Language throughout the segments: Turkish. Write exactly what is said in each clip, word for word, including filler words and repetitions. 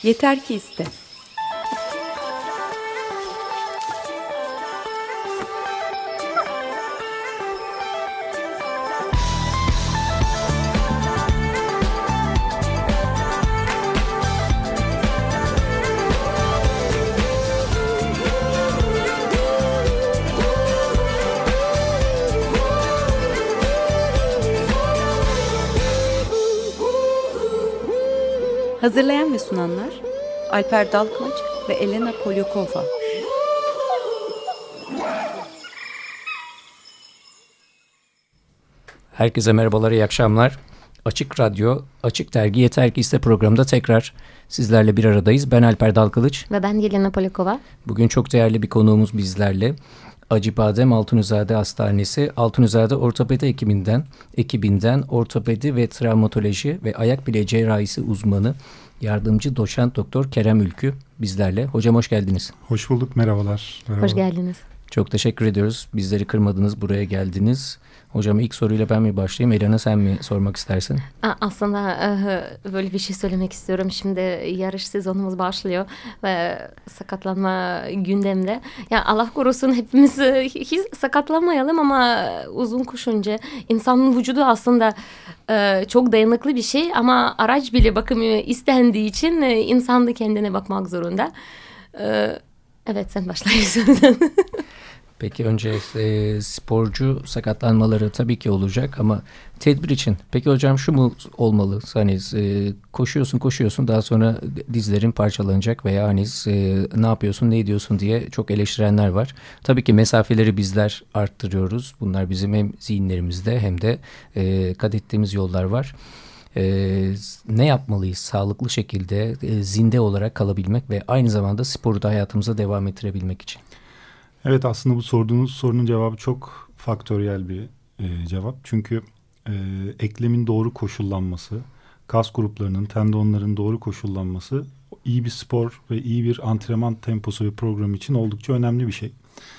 Yeter ki iste. Hazırlayan ve sunanlar Alper Dalkmaç ve Elena Polyakova. Herkese merhabalar, iyi akşamlar. Açık Radyo, Açık Dergi Yeter ki iste programında tekrar sizlerle bir aradayız. Ben Alper Dalkılıç. Ve ben Elena Polyakova. Bugün çok değerli bir konuğumuz bizlerle. Acıbadem Altunizade Hastanesi Altunizade Ortopedi ekibinden, ekibinden ortopedi ve travmatoloji ve ayak bileği cerrahisi uzmanı yardımcı doçent doktor Kerem Ülkü bizlerle. Hocam hoş geldiniz. Hoş bulduk, merhabalar. Merhaba. Hoş geldiniz. Çok teşekkür ediyoruz. Bizleri kırmadınız, buraya geldiniz. Hocam ilk soruyla ben mi başlayayım? Elena sen mi sormak istersin? Aslında böyle bir şey söylemek istiyorum. Şimdi yarış sezonumuz başlıyor ve sakatlanma gündemde. Ya Allah korusun hepimiz hiç sakatlanmayalım ama uzun koşunca insanın vücudu aslında çok dayanıklı bir şey ama araç bile bakımı istendiği için insan da kendine bakmak zorunda. Evet sen başlayıyorsun. Peki önce e, sporcu sakatlanmaları tabii ki olacak ama tedbir için. Peki hocam şu mu olmalı? Hani e, koşuyorsun koşuyorsun daha sonra dizlerin parçalanacak veya hani e, ne yapıyorsun ne ediyorsun diye çok eleştirenler var. Tabii ki mesafeleri bizler arttırıyoruz. Bunlar bizim hem zihinlerimizde hem de e, kat ettiğimiz yollar var. Ee, ne yapmalıyız sağlıklı şekilde e, zinde olarak kalabilmek ve aynı zamanda sporu da hayatımıza devam ettirebilmek için? Evet, aslında bu sorduğunuz sorunun cevabı çok faktöriyel bir e, cevap. Çünkü e, eklemin doğru koşullanması, kas gruplarının, tendonların doğru koşullanması iyi bir spor ve iyi bir antrenman temposu ve programı için oldukça önemli bir şey.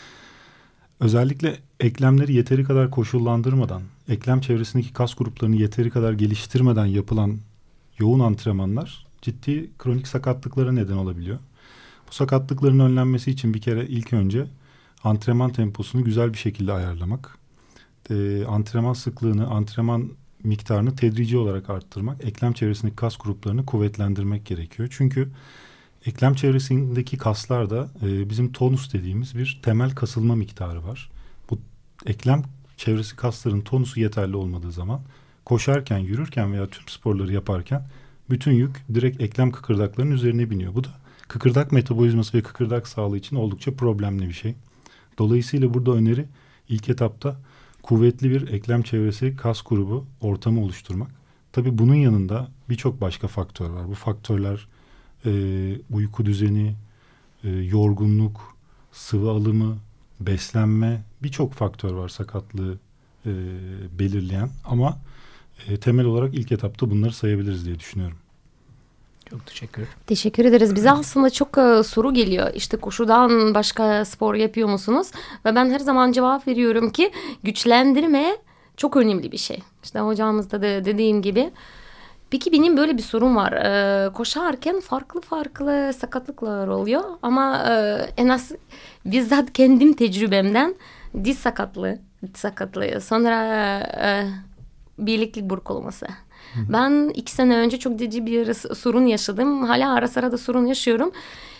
Özellikle eklemleri yeteri kadar koşullandırmadan, eklem çevresindeki kas gruplarını yeteri kadar geliştirmeden yapılan yoğun antrenmanlar ciddi kronik sakatlıklara neden olabiliyor. Bu sakatlıkların önlenmesi için bir kere ilk önce antrenman temposunu güzel bir şekilde ayarlamak, e, antrenman sıklığını, antrenman miktarını tedrici olarak arttırmak, eklem çevresindeki kas gruplarını kuvvetlendirmek gerekiyor. Çünkü eklem çevresindeki kaslarda e, bizim tonus dediğimiz bir temel kasılma miktarı var. Bu eklem çevresi kasların tonusu yeterli olmadığı zaman koşarken, yürürken veya tüm sporları yaparken bütün yük direkt eklem kıkırdaklarının üzerine biniyor. Bu da kıkırdak metabolizması ve kıkırdak sağlığı için oldukça problemli bir şey. Dolayısıyla burada öneri ilk etapta kuvvetli bir eklem çevresi kas grubu ortamı oluşturmak. Tabii bunun yanında birçok başka faktör var. Bu faktörler e, uyku düzeni, e, yorgunluk, sıvı alımı, beslenme, birçok faktör var sakatlığı e, belirleyen. Ama e, temel olarak ilk etapta bunları sayabiliriz diye düşünüyorum. Çok teşekkür ederim. Teşekkür ederiz. Bize aslında çok uh, soru geliyor. İşte koşudan başka spor yapıyor musunuz? Ve ben her zaman cevap veriyorum ki güçlendirme çok önemli bir şey. İşte hocamızda da dediğim gibi. Peki benim böyle bir sorun var. Ee, koşarken farklı farklı sakatlıklar oluyor. Ama e, en az bizzat kendim tecrübemden diz sakatlığı, sakatlığı sonra e, bileklik burkulması. Ben iki sene önce çok ciddi bir sorun yaşadım. Hala ara sıra da sorun yaşıyorum.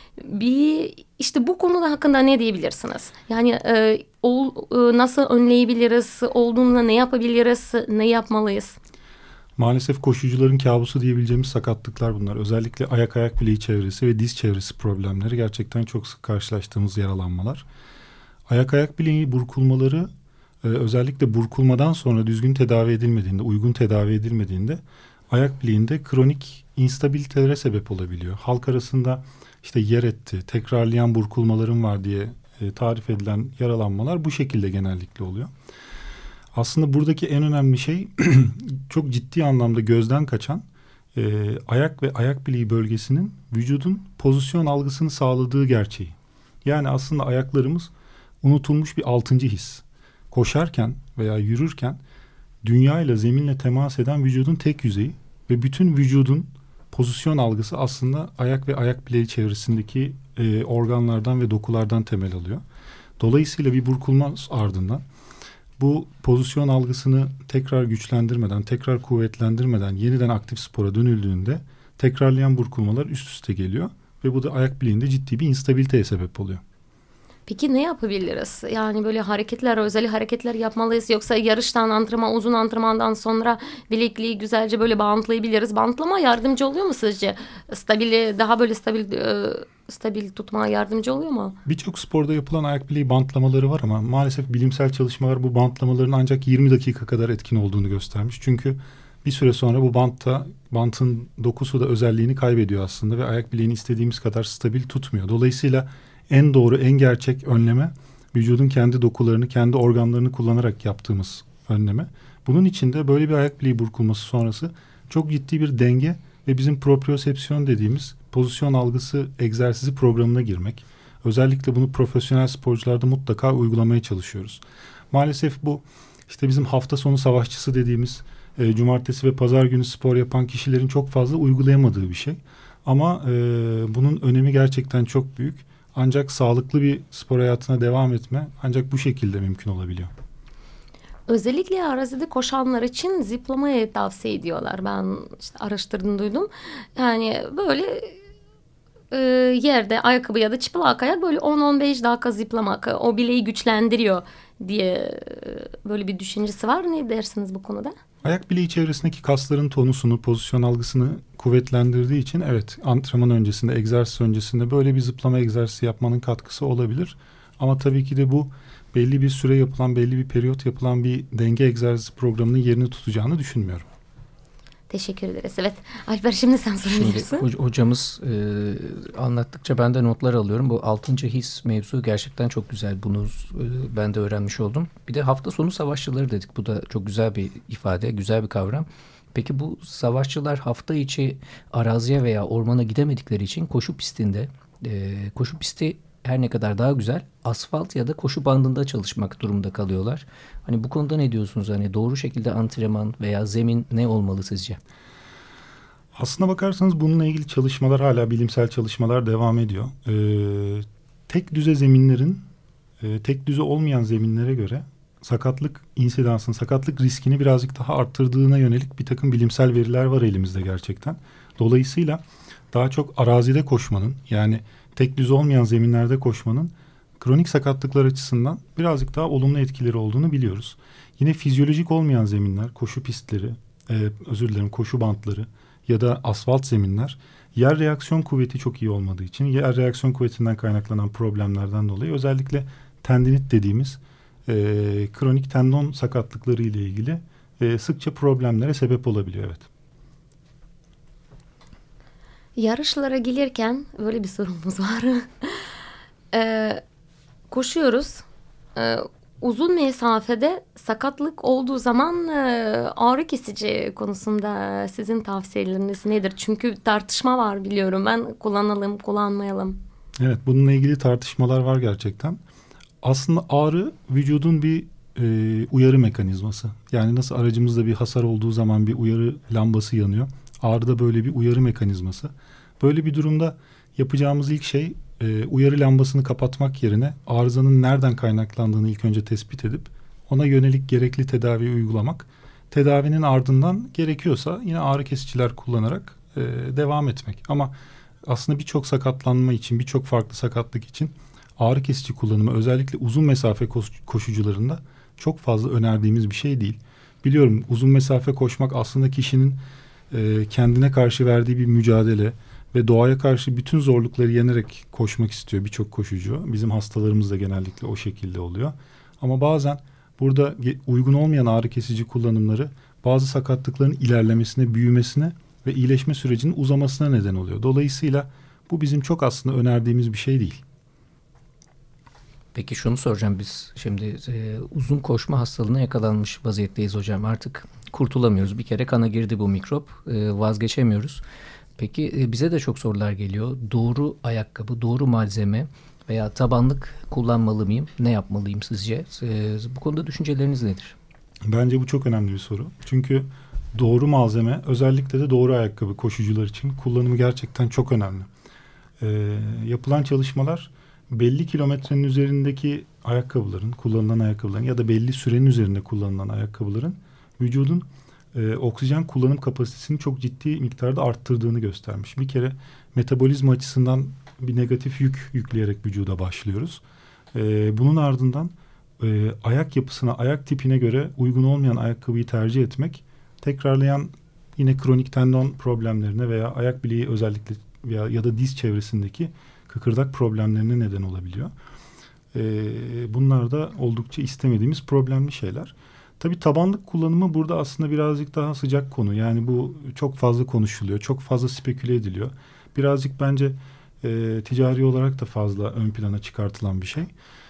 Bir işte bu konuda hakkında ne diyebilirsiniz? Yani e, ol, e, nasıl önleyebiliriz? Olduğunda ne yapabiliriz? Ne yapmalıyız? Maalesef koşucuların kabusu diyebileceğimiz sakatlıklar bunlar. Özellikle ayak ayak bileği çevresi ve diz çevresi problemleri gerçekten çok sık karşılaştığımız yaralanmalar. Ayak ayak bileği burkulmaları Ee, özellikle burkulmadan sonra düzgün tedavi edilmediğinde, uygun tedavi edilmediğinde ayak bileğinde kronik instabilitelere sebep olabiliyor. Halk arasında işte yer etti, tekrarlayan burkulmalarım var diye e, tarif edilen yaralanmalar bu şekilde genellikle oluyor. Aslında buradaki en önemli şey çok ciddi anlamda gözden kaçan e, ayak ve ayak bileği bölgesinin vücudun pozisyon algısını sağladığı gerçeği. Yani aslında ayaklarımız unutulmuş bir altıncı his. Koşarken veya yürürken dünya ile zeminle temas eden vücudun tek yüzeyi ve bütün vücudun pozisyon algısı aslında ayak ve ayak bileği çevresindeki e, organlardan ve dokulardan temel alıyor. Dolayısıyla bir burkulma ardından bu pozisyon algısını tekrar güçlendirmeden, tekrar kuvvetlendirmeden yeniden aktif spora dönüldüğünde tekrarlayan burkulmalar üst üste geliyor ve bu da ayak bileğinde ciddi bir instabiliteye sebep oluyor. Peki ne yapabiliriz? Yani böyle hareketler, özel hareketler yapmalıyız. Yoksa yarıştan, antrenman, uzun antrenmandan sonra bilekliği güzelce böyle bantlayabiliriz. Bantlama yardımcı oluyor mu sizce? Stabil, daha böyle stabil e, stabil tutmaya yardımcı oluyor mu? Birçok sporda yapılan ayak bileği bantlamaları var ama maalesef bilimsel çalışmalar bu bantlamaların ancak yirmi dakika kadar etkin olduğunu göstermiş. Çünkü bir süre sonra bu bantta, bantın dokusu da özelliğini kaybediyor aslında ve ayak bileğini istediğimiz kadar stabil tutmuyor. Dolayısıyla en doğru, en gerçek önleme vücudun kendi dokularını, kendi organlarını kullanarak yaptığımız önleme. Bunun için de böyle bir ayak bileği burkulması sonrası çok ciddi bir denge ve bizim propriosepsiyon dediğimiz pozisyon algısı egzersizi programına girmek. Özellikle bunu profesyonel sporcularda mutlaka uygulamaya çalışıyoruz. Maalesef bu işte bizim hafta sonu savaşçısı dediğimiz e, cumartesi ve pazar günü spor yapan kişilerin çok fazla uygulayamadığı bir şey. Ama e, bunun önemi gerçekten çok büyük. Ancak sağlıklı bir spor hayatına devam etme ancak bu şekilde mümkün olabiliyor. Özellikle arazide koşanlar için ziplamayı tavsiye ediyorlar. Ben işte araştırdım, duydum. Yani böyle e, yerde ayakkabı ya da çıplak ayak böyle on on beş dakika ziplamak o bileği güçlendiriyor diye e, böyle bir düşüncesi var. Ne dersiniz bu konuda? Ayak bileği çevresindeki kasların tonusunu, pozisyon algısını kuvvetlendirdiği için evet antrenman öncesinde, egzersiz öncesinde böyle bir zıplama egzersizi yapmanın katkısı olabilir. Ama tabii ki de bu belli bir süre yapılan, belli bir periyot yapılan bir denge egzersizi programının yerini tutacağını düşünmüyorum. Teşekkür ederiz. Evet. Alper şimdi sen sorabilirsin. Şimdi hocamız e, anlattıkça ben de notlar alıyorum. Bu altıncı his mevzu gerçekten çok güzel. Bunu e, ben de öğrenmiş oldum. Bir de hafta sonu savaşçıları dedik. Bu da çok güzel bir ifade, güzel bir kavram. Peki bu savaşçılar hafta içi araziye veya ormana gidemedikleri için koşu pistinde, e, koşu pisti her ne kadar daha güzel, asfalt ya da koşu bandında çalışmak durumunda kalıyorlar. Hani bu konuda ne diyorsunuz? Hani doğru şekilde antrenman veya zemin ne olmalı sizce? Aslına bakarsanız bununla ilgili çalışmalar, hala bilimsel çalışmalar devam ediyor. Ee, tek düze zeminlerin e, tek düze olmayan zeminlere göre sakatlık insidansını, sakatlık riskini birazcık daha arttırdığına yönelik bir takım bilimsel veriler var elimizde gerçekten. Dolayısıyla daha çok arazide koşmanın, yani tek düz olmayan zeminlerde koşmanın kronik sakatlıklar açısından birazcık daha olumlu etkileri olduğunu biliyoruz. Yine fizyolojik olmayan zeminler, koşu pistleri, e, özür dilerim koşu bantları ya da asfalt zeminler, yer reaksiyon kuvveti çok iyi olmadığı için, yer reaksiyon kuvvetinden kaynaklanan problemlerden dolayı özellikle tendinit dediğimiz e, kronik tendon sakatlıkları ile ilgili e, sıkça problemlere sebep olabiliyor. Evet. Yarışlara gelirken böyle bir sorumuz var. ee, koşuyoruz. Ee, uzun mesafede sakatlık olduğu zaman e, ağrı kesici konusunda sizin tavsiyeleriniz nedir? Çünkü tartışma var biliyorum ben. Kullanalım, kullanmayalım. Evet, bununla ilgili tartışmalar var gerçekten. Aslında ağrı vücudun bir e, uyarı mekanizması. Yani nasıl aracımızda bir hasar olduğu zaman bir uyarı lambası yanıyor. Ağrı da böyle bir uyarı mekanizması. Böyle bir durumda yapacağımız ilk şey e, uyarı lambasını kapatmak yerine arızanın nereden kaynaklandığını ilk önce tespit edip ona yönelik gerekli tedaviyi uygulamak. Tedavinin ardından gerekiyorsa yine ağrı kesiciler kullanarak e, devam etmek. Ama aslında birçok sakatlanma için, birçok farklı sakatlık için ağrı kesici kullanımı özellikle uzun mesafe koşucularında çok fazla önerdiğimiz bir şey değil. Biliyorum uzun mesafe koşmak aslında kişinin e, kendine karşı verdiği bir mücadele ve doğaya karşı bütün zorlukları yenerek koşmak istiyor birçok koşucu. Bizim hastalarımız da genellikle o şekilde oluyor. Ama bazen burada uygun olmayan ağrı kesici kullanımları bazı sakatlıkların ilerlemesine, büyümesine ve iyileşme sürecinin uzamasına neden oluyor. Dolayısıyla bu bizim çok aslında önerdiğimiz bir şey değil. Peki şunu soracağım, biz şimdi e, uzun koşma hastalığına yakalanmış vaziyetteyiz hocam. Artık kurtulamıyoruz. Bir kere kana girdi bu mikrop. E, vazgeçemiyoruz. Peki e, bize de çok sorular geliyor. Doğru ayakkabı, doğru malzeme veya tabanlık kullanmalı mıyım? Ne yapmalıyım sizce? E, bu konuda düşünceleriniz nedir? Bence bu çok önemli bir soru. Çünkü doğru malzeme, özellikle de doğru ayakkabı koşucular için kullanımı gerçekten çok önemli. E, yapılan çalışmalar belli kilometrenin üzerindeki ayakkabıların, kullanılan ayakkabıların ya da belli sürenin üzerinde kullanılan ayakkabıların vücudun e, oksijen kullanım kapasitesini çok ciddi miktarda arttırdığını göstermiş. Bir kere metabolizma açısından bir negatif yük yükleyerek vücuda başlıyoruz. E, bunun ardından e, ayak yapısına, ayak tipine göre uygun olmayan ayakkabıyı tercih etmek tekrarlayan yine kronik tendon problemlerine veya ayak bileği özellikle veya ya da diz çevresindeki kıkırdak problemlerine neden olabiliyor. Ee, bunlar da oldukça istemediğimiz problemli şeyler. Tabii tabanlık kullanımı burada aslında birazcık daha sıcak konu. Yani bu çok fazla konuşuluyor, çok fazla speküle ediliyor. Birazcık bence e, ticari olarak da fazla ön plana çıkartılan bir şey.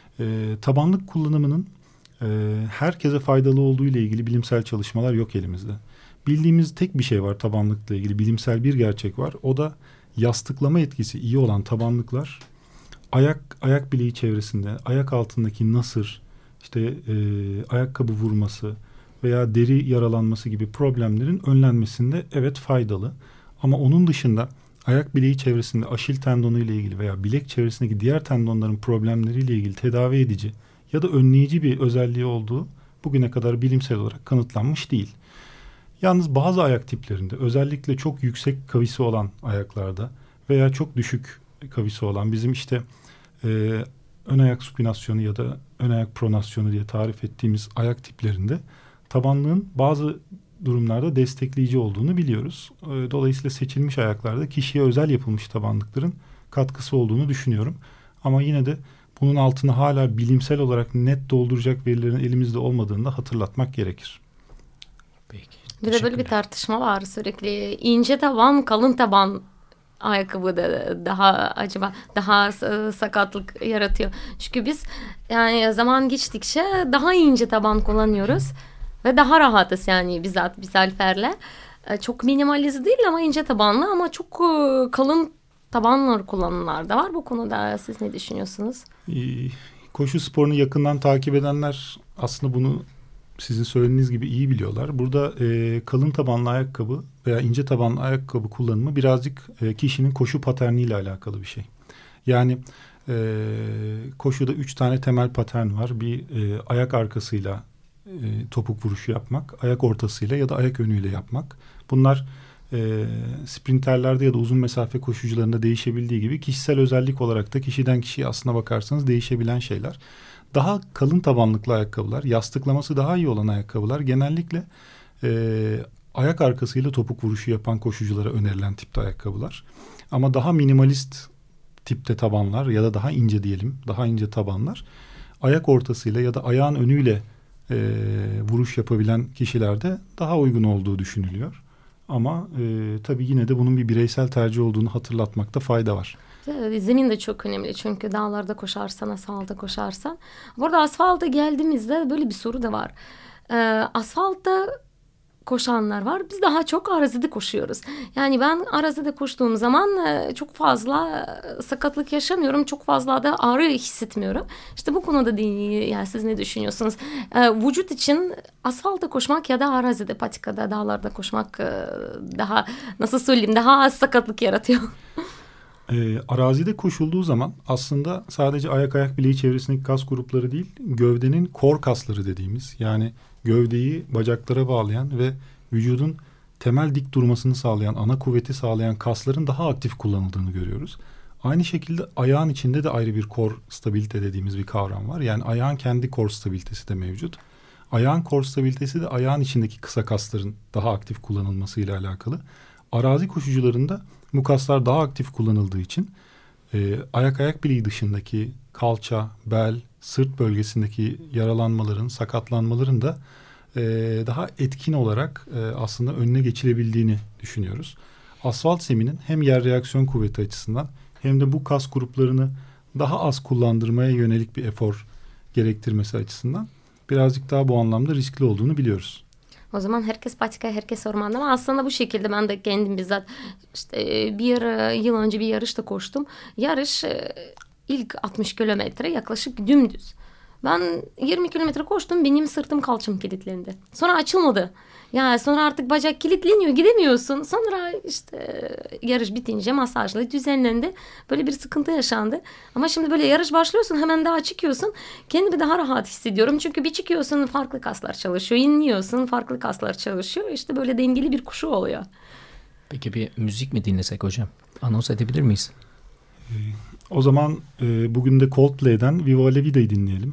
E, tabanlık kullanımının e, herkese faydalı olduğu ile ilgili bilimsel çalışmalar yok elimizde. Bildiğimiz tek bir şey var tabanlıkla ilgili, bilimsel bir gerçek var. O da yastıklama etkisi iyi olan tabanlıklar ayak ayak bileği çevresinde, ayak altındaki nasır, işte e, ayakkabı vurması veya deri yaralanması gibi problemlerin önlenmesinde evet faydalı. Ama onun dışında ayak bileği çevresinde aşil tendonu ile ilgili veya bilek çevresindeki diğer tendonların problemleriyle ilgili tedavi edici ya da önleyici bir özelliği olduğu bugüne kadar bilimsel olarak kanıtlanmış değil. Yalnız bazı ayak tiplerinde, özellikle çok yüksek kavisi olan ayaklarda veya çok düşük kavisi olan, bizim işte e, ön ayak supinasyonu ya da ön ayak pronasyonu diye tarif ettiğimiz ayak tiplerinde tabanlığın bazı durumlarda destekleyici olduğunu biliyoruz. E, dolayısıyla seçilmiş ayaklarda kişiye özel yapılmış tabanlıkların katkısı olduğunu düşünüyorum. Ama yine de bunun altını hala bilimsel olarak net dolduracak verilerin elimizde olmadığını da hatırlatmak gerekir. Peki. Bir de böyle bir tartışma var sürekli. İnce taban, kalın taban ayakkabı da daha acaba daha sakatlık yaratıyor. Çünkü biz yani zaman geçtikçe daha ince taban kullanıyoruz ve daha rahatız yani bizzat biz Alper'le. Çok minimalist değil ama ince tabanlı ama çok kalın tabanlar kullananlar da var. Bu konuda siz ne düşünüyorsunuz? Koşu sporunu yakından takip edenler aslında bunu sizin söylediğiniz gibi iyi biliyorlar. Burada e, kalın tabanlı ayakkabı veya ince tabanlı ayakkabı kullanımı birazcık e, kişinin koşu paterniyle alakalı bir şey. Yani e, koşuda üç tane temel patern var. Bir e, ayak arkasıyla e, topuk vuruşu yapmak, ayak ortasıyla ya da ayak önüyle yapmak. Bunlar e, sprinterlerde ya da uzun mesafe koşucularında değişebildiği gibi kişisel özellik olarak da kişiden kişiye aslına bakarsanız değişebilen şeyler. Daha kalın tabanlıklı ayakkabılar, yastıklaması daha iyi olan ayakkabılar genellikle e, ayak arkasıyla topuk vuruşu yapan koşuculara önerilen tipte ayakkabılar. Ama daha minimalist tipte tabanlar ya da daha ince diyelim, daha ince tabanlar ayak ortasıyla ya da ayağın önüyle e, vuruş yapabilen kişilerde daha uygun olduğu düşünülüyor. Ama e, tabii yine de bunun bir bireysel tercih olduğunu hatırlatmakta fayda var. Zemin de çok önemli çünkü dağlarda koşarsan, asfalta koşarsan. Burada asfalta geldiğimizde böyle bir soru da var. Ee, asfaltta koşanlar var. Biz daha çok arazide koşuyoruz. Yani ben arazide koştuğum zaman çok fazla sakatlık yaşamıyorum. Çok fazla da ağrı hissetmiyorum. İşte bu konuda değil, yani siz ne düşünüyorsunuz? Ee, vücut için asfalta koşmak ya da arazide, patikada, dağlarda koşmak daha, nasıl söyleyeyim, daha az sakatlık yaratıyor. E, arazide koşulduğu zaman aslında sadece ayak ayak bileği çevresindeki kas grupları değil, gövdenin kor kasları dediğimiz, yani gövdeyi bacaklara bağlayan ve vücudun temel dik durmasını sağlayan, ana kuvveti sağlayan kasların daha aktif kullanıldığını görüyoruz. Aynı şekilde ayağın içinde de ayrı bir kor stabilite dediğimiz bir kavram var. Yani ayağın kendi kor stabilitesi de mevcut. Ayağın kor stabilitesi de ayağın içindeki kısa kasların daha aktif kullanılmasıyla alakalı. Arazi koşucularında bu kaslar daha aktif kullanıldığı için e, ayak ayak bileği dışındaki kalça, bel, sırt bölgesindeki yaralanmaların, sakatlanmaların da e, daha etkin olarak e, aslında önüne geçilebildiğini düşünüyoruz. Asfalt zeminin hem yer reaksiyon kuvveti açısından hem de bu kas gruplarını daha az kullandırmaya yönelik bir efor gerektirmesi açısından birazcık daha bu anlamda riskli olduğunu biliyoruz. O zaman herkes patika, herkes ormanda, ama aslında bu şekilde ben de kendim bizzat işte bir yıl önce bir yarışta koştum. Yarış ilk altmış kilometre yaklaşık dümdüz. Ben yirmi kilometre koştum, benim sırtım kalçam kilitlendi. Sonra açılmadı. Ya sonra artık bacak kilitleniyor, gidemiyorsun. Sonra işte yarış bitince masajla düzenlendi. Böyle bir sıkıntı yaşandı. Ama şimdi böyle yarış başlıyorsun, hemen daha çıkıyorsun. Kendimi daha rahat hissediyorum. Çünkü bir çıkıyorsun, farklı kaslar çalışıyor. İnliyorsun, farklı kaslar çalışıyor. İşte böyle dengeli bir koşu oluyor. Peki bir müzik mi dinlesek hocam? Anons edebilir miyiz? O zaman e, bugün de Coldplay'den Viva La Vida'yı dinleyelim.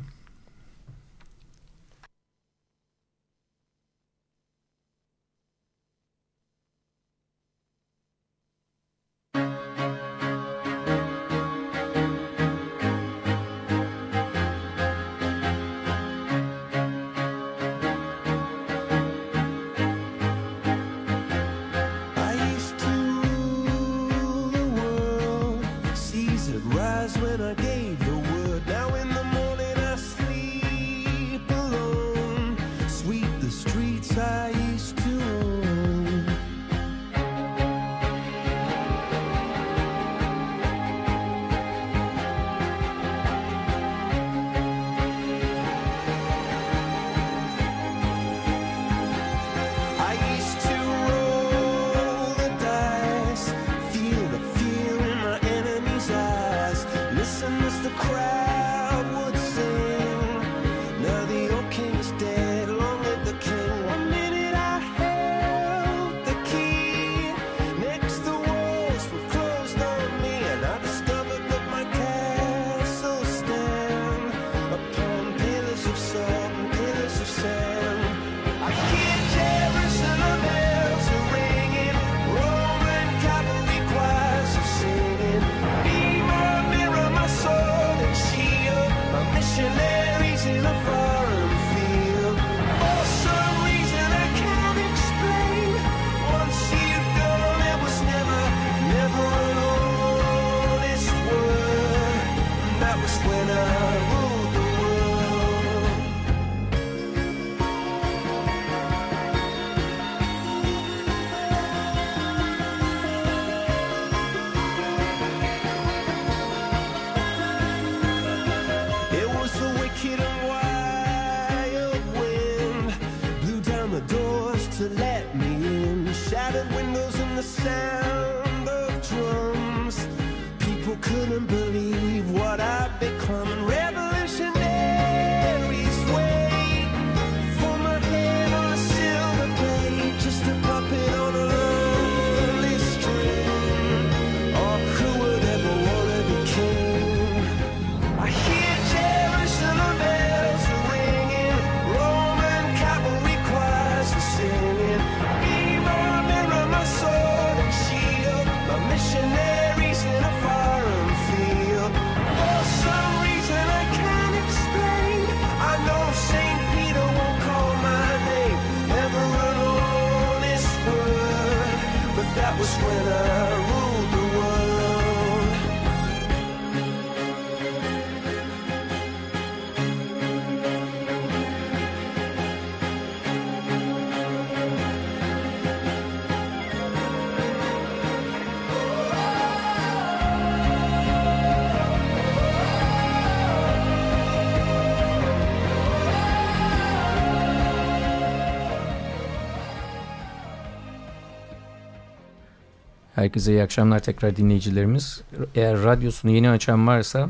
Herkese iyi akşamlar tekrar dinleyicilerimiz. Eğer radyosunu yeni açan varsa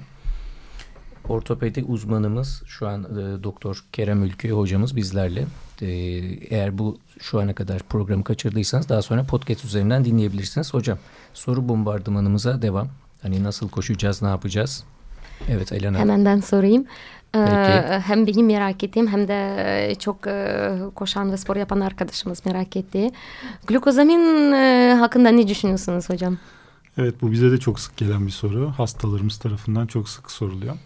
ortopedi uzmanımız şu an e, Doktor Kerem Ülkü hocamız bizlerle. E, eğer bu şu ana kadar programı kaçırdıysanız daha sonra podcast üzerinden dinleyebilirsiniz. Hocam soru bombardımanımıza devam. Hani nasıl koşacağız, ne yapacağız? Evet Elena. Hemen ben sorayım. Peki. Hem benim merak ettiğim hem de çok koşan ve spor yapan arkadaşımız merak ettiği. Glukozamin hakkında ne düşünüyorsunuz hocam? Evet, bu bize de çok sık gelen bir soru. Hastalarımız tarafından çok sık soruluyor.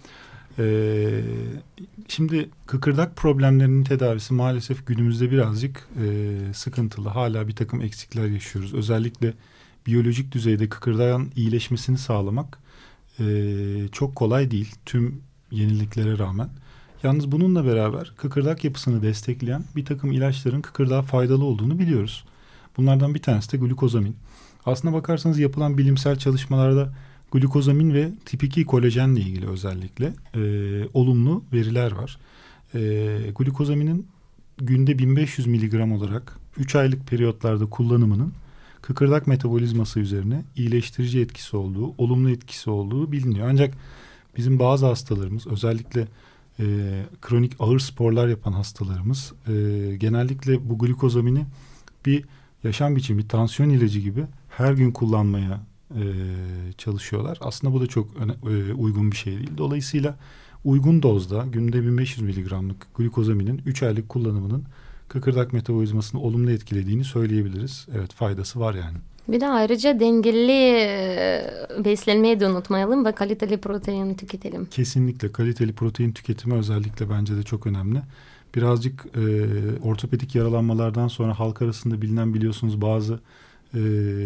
Ee, şimdi kıkırdak problemlerinin tedavisi maalesef günümüzde birazcık e, sıkıntılı. Hala bir takım eksikler yaşıyoruz. Özellikle biyolojik düzeyde kıkırdağın iyileşmesini sağlamak e, çok kolay değil. Tüm yeniliklere rağmen. Yalnız bununla beraber kıkırdak yapısını destekleyen bir takım ilaçların kıkırdağa faydalı olduğunu biliyoruz. Bunlardan bir tanesi de glukozamin. Aslına bakarsanız yapılan bilimsel çalışmalarda glukozamin ve tip iki kolajenle ilgili özellikle e, olumlu veriler var. E, glukozaminin günde bin beş yüz miligram olarak üç aylık periyotlarda kullanımının kıkırdak metabolizması üzerine iyileştirici etkisi olduğu, olumlu etkisi olduğu biliniyor. Ancak bizim bazı hastalarımız, özellikle e, kronik ağır sporlar yapan hastalarımız e, genellikle bu glukozamini bir yaşam biçimi, tansiyon ilacı gibi her gün kullanmaya e, çalışıyorlar. Aslında bu da çok öne, e, uygun bir şey değil. Dolayısıyla uygun dozda günde bin beş yüz miligramlık glukozaminin üç aylık kullanımının kıkırdak metabolizmasını olumlu etkilediğini söyleyebiliriz. Evet, faydası var yani. Bir de ayrıca dengeli beslenmeyi de unutmayalım ve kaliteli protein tüketelim. Kesinlikle kaliteli protein tüketimi özellikle bence de çok önemli. Birazcık e, ortopedik yaralanmalardan sonra halk arasında bilinen, biliyorsunuz, bazı e,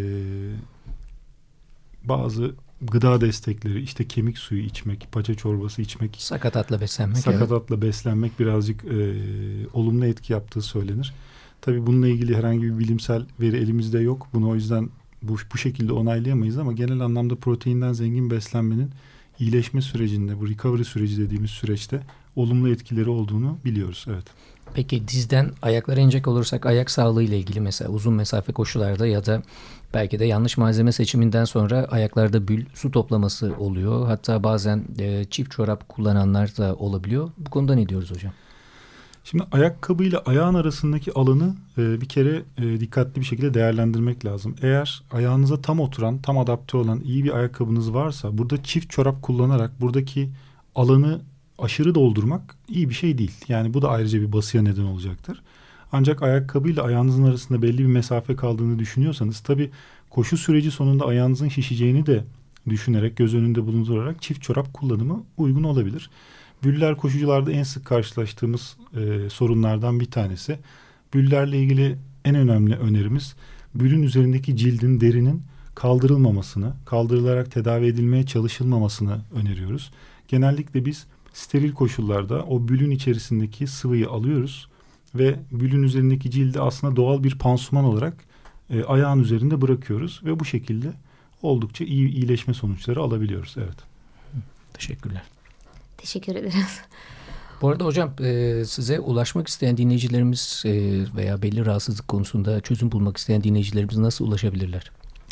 bazı gıda destekleri, işte kemik suyu içmek, paça çorbası içmek, sakatatla beslenmek, sakatatla evet. beslenmek birazcık e, olumlu etki yaptığı söylenir. Tabii bununla ilgili herhangi bir bilimsel veri elimizde yok. Bunu o yüzden bu, bu şekilde onaylayamayız ama genel anlamda proteinden zengin beslenmenin iyileşme sürecinde, bu recovery süreci dediğimiz süreçte olumlu etkileri olduğunu biliyoruz. Evet. Peki dizden ayaklara inecek olursak ayak sağlığı ile ilgili mesela uzun mesafe koşularda ya da belki de yanlış malzeme seçiminden sonra ayaklarda bül, su toplaması oluyor. Hatta bazen e, çift çorap kullananlar da olabiliyor. Bu konuda ne diyoruz hocam? Şimdi ayakkabıyla ayağın arasındaki alanı e, bir kere e, dikkatli bir şekilde değerlendirmek lazım. Eğer ayağınıza tam oturan, tam adapte olan iyi bir ayakkabınız varsa burada çift çorap kullanarak buradaki alanı aşırı doldurmak iyi bir şey değil. Yani bu da ayrıca bir basıya neden olacaktır. Ancak ayakkabıyla ayağınızın arasında belli bir mesafe kaldığını düşünüyorsanız tabii koşu süreci sonunda ayağınızın şişeceğini de düşünerek, göz önünde bulundurarak çift çorap kullanımı uygun olabilir. Büller koşucularda en sık karşılaştığımız e, sorunlardan bir tanesi. Büllerle ilgili en önemli önerimiz bülün üzerindeki cildin, derinin kaldırılmamasını, kaldırılarak tedavi edilmeye çalışılmamasını öneriyoruz. Genellikle biz steril koşullarda o bülün içerisindeki sıvıyı alıyoruz ve bülün üzerindeki cildi aslında doğal bir pansuman olarak e, ayağın üzerinde bırakıyoruz ve bu şekilde oldukça iyi iyileşme sonuçları alabiliyoruz. Evet. Teşekkürler. Teşekkür ederiz. Bu arada hocam e, size ulaşmak isteyen dinleyicilerimiz e, veya belli rahatsızlık konusunda çözüm bulmak isteyen dinleyicilerimiz nasıl ulaşabilirler?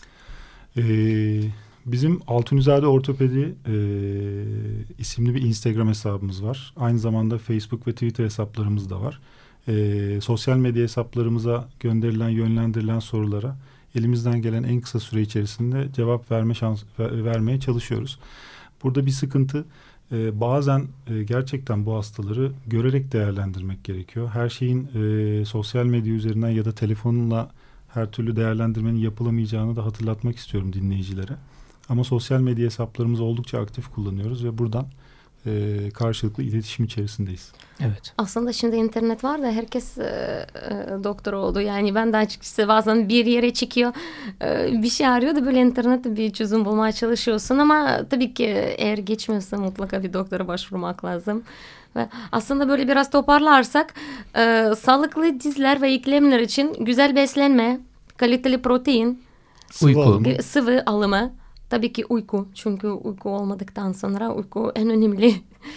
Ee, bizim Altunizade Ortopedi e, isimli bir Instagram hesabımız var. Aynı zamanda Facebook ve Twitter hesaplarımız da var. E, sosyal medya hesaplarımıza gönderilen, yönlendirilen sorulara elimizden gelen en kısa süre içerisinde cevap verme şans ver, vermeye çalışıyoruz. Burada bir sıkıntı. Ee, bazen e, gerçekten bu hastaları görerek değerlendirmek gerekiyor. Her şeyin e, sosyal medya üzerinden ya da telefonla her türlü değerlendirmenin yapılamayacağını da hatırlatmak istiyorum dinleyicilere. Ama sosyal medya hesaplarımızı oldukça aktif kullanıyoruz ve buradan e, karşılıklı iletişim içerisindeyiz. Evet. Aslında şimdi internet var da herkes e, e, doktor oldu. Yani ben de açıkçası bazen bir yere çıkıyor e, bir şey arıyor da böyle internette bir çözüm bulmaya çalışıyorsun. Ama tabii ki eğer geçmiyorsa mutlaka bir doktora başvurmak lazım. Ve aslında böyle biraz toparlarsak e, sağlıklı dizler ve eklemler için güzel beslenme, kaliteli protein, uyku, sıvı alımı. Tabii ki uyku. Çünkü uyku olmadıktan sonra uyku en önemli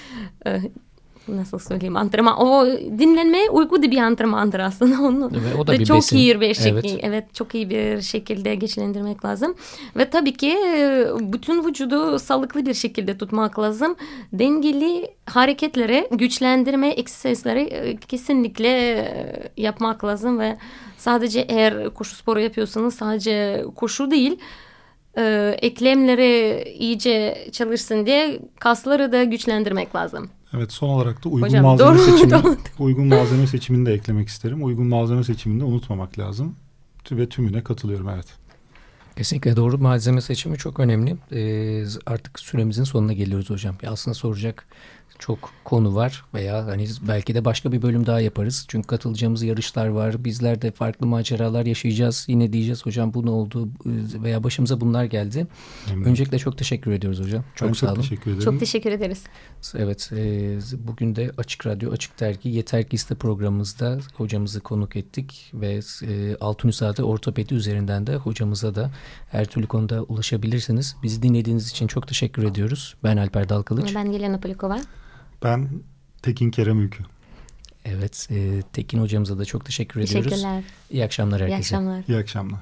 nasıl söyleyeyim antrenman. O dinlenme uyku da bir antrenmandır aslında. Onu evet, o da bir çok besin. iyi bir şekilde, evet. evet çok iyi bir şekilde geçilendirmek lazım. Ve tabii ki bütün vücudu sağlıklı bir şekilde tutmak lazım. Dengeli hareketleri, güçlendirme egzersizleri kesinlikle yapmak lazım ve sadece eğer koşu sporu yapıyorsanız sadece koşu değil, Ee, eklemleri iyice çalışsın diye kasları da güçlendirmek lazım. Evet, son olarak da uygun Hocam, malzeme doğru, seçimi, doğru. uygun malzeme seçimini de eklemek isterim. Uygun malzeme seçimini de unutmamak lazım. Ve tümüne katılıyorum, evet. Kesinlikle doğru malzeme seçimi çok önemli. Ee, artık süremizin sonuna geliyoruz hocam. Ya aslında soracak çok konu var veya hani belki de başka bir bölüm daha yaparız. Çünkü katılacağımız yarışlar var. Bizler de farklı maceralar yaşayacağız. Yine diyeceğiz hocam bu ne oldu veya başımıza bunlar geldi. Evet. Öncelikle çok teşekkür ediyoruz hocam. Çok ben sağ olun. Çok teşekkür ederim. Çok teşekkür ederiz. Evet, e, bugün de Açık Radyo, Açık Dergi Yeter Ki İste programımızda hocamızı konuk ettik ve e, Altunizade Ortopedi üzerinden de hocamıza da her türlü konuda ulaşabilirsiniz. Bizi dinlediğiniz için çok teşekkür ediyoruz. Ben Alper Dalkılıç. Ben Yelena Polyakova. Ben Tekin Kerem Ülkü. Evet, e, Tekin hocamıza da çok teşekkür ediyoruz. Teşekkürler. İyi akşamlar herkese. İyi akşamlar. İyi akşamlar.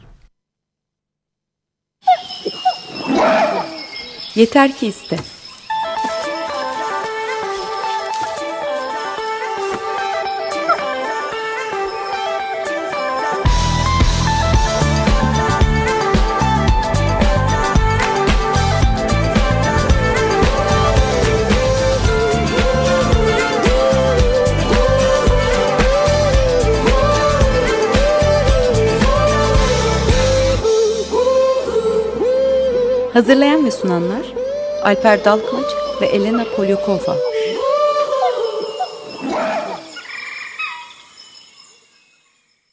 Yeter ki iste. Hazırlayan ve sunanlar Alper Dalkılıç ve Elena Polyakova.